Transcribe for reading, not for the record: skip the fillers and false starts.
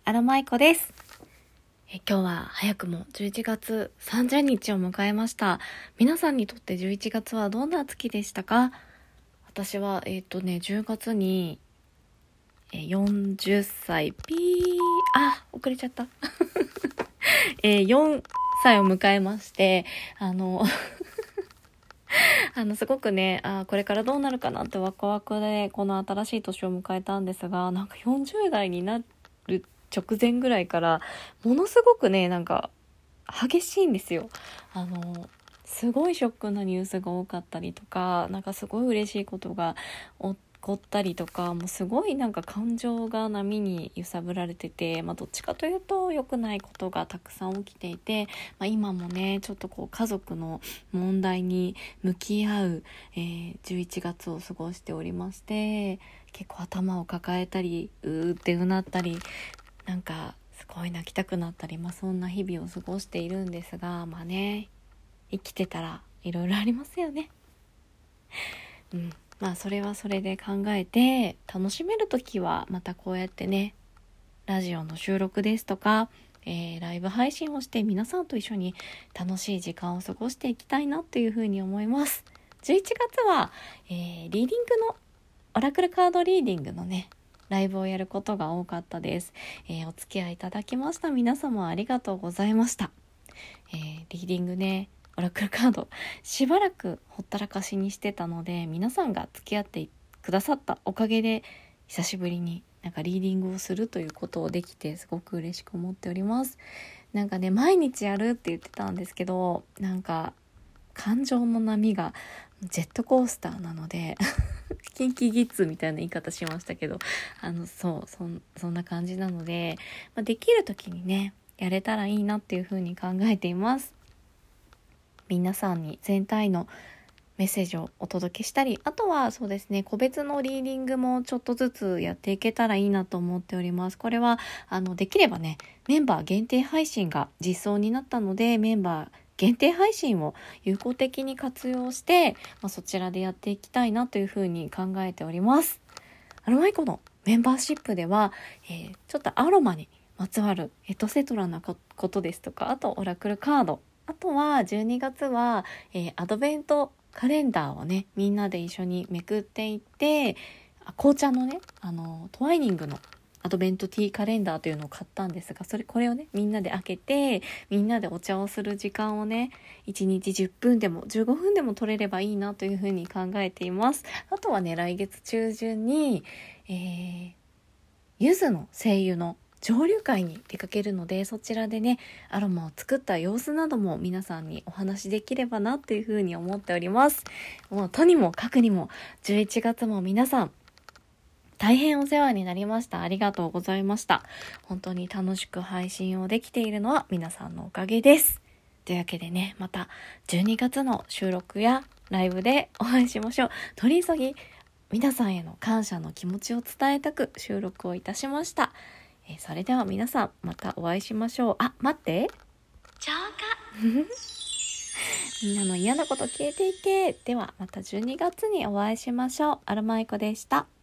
アロマイコです。今日は早くも11月30日を迎えました。皆さんにとって11月はどんな月でしたか？私は10月に40歳遅れちゃった4歳を迎えまして、すごくね、これからどうなるかなってワクワクでこの新しい年を迎えたんですが、なんか40代になる直前ぐらいからものすごくね、なんか激しいんですよ。すごいショックなニュースが多かったりとか、なんかすごい嬉しいことが起こったりとか、もうすごいなんか感情が波に揺さぶられてて、どっちかというと良くないことがたくさん起きていて、今もねちょっと家族の問題に向き合う、11月を過ごしておりまして、結構頭を抱えたりってうなったり、なんかすごい泣きたくなったり、そんな日々を過ごしているんですが、生きてたらいろいろありますよね。それはそれで考えて、楽しめるときはまたこうやってね、ラジオの収録ですとか、ライブ配信をして皆さんと一緒に楽しい時間を過ごしていきたいなというふうに思います。11月は、リーディングのオラクルカードリーディングのねライブをやることが多かったです。お付き合いいただきました皆様ありがとうございました。リーディングね、オラクルカードしばらくほったらかしにしてたので、皆さんが付き合ってくださったおかげで久しぶりになんかリーディングをするということをできて、すごく嬉しく思っております。なんかね、毎日やるって言ってたんですけど、なんか感情の波がジェットコースターなのでキンキギッズみたいな言い方しましたけど、そんな感じなので、できる時にねやれたらいいなっていう風に考えています。皆さんに全体のメッセージをお届けしたり、あとはそうですね、個別のリーディングもちょっとずつやっていけたらいいなと思っております。これはできればね、メンバー限定配信が実装になったので、メンバー限定配信を有効的に活用して、そちらでやっていきたいなというふうに考えております。アロマイコのメンバーシップでは、ちょっとアロマにまつわるエトセトラなことですとか、あとオラクルカード、あとは12月は、アドベントカレンダーをねみんなで一緒にめくっていって、紅茶のねトワイニングのアドベントティーカレンダーというのを買ったんですが、これをねみんなで開けて、みんなでお茶をする時間をね1日10分でも15分でも取れればいいなというふうに考えています。あとはね、来月中旬に、柚子の精油の蒸留会に出かけるので、そちらでねアロマを作った様子なども皆さんにお話しできればなというふうに思っております。もうとにもかくにも11月も皆さん大変お世話になりました。ありがとうございました。本当に楽しく配信をできているのは皆さんのおかげです。というわけでね、また12月の収録やライブでお会いしましょう。取り急ぎ皆さんへの感謝の気持ちを伝えたく収録をいたしました。それでは皆さんまたお会いしましょう。待って、浄化みんなの嫌なこと消えていけ。ではまた12月にお会いしましょう。アロマイコでした。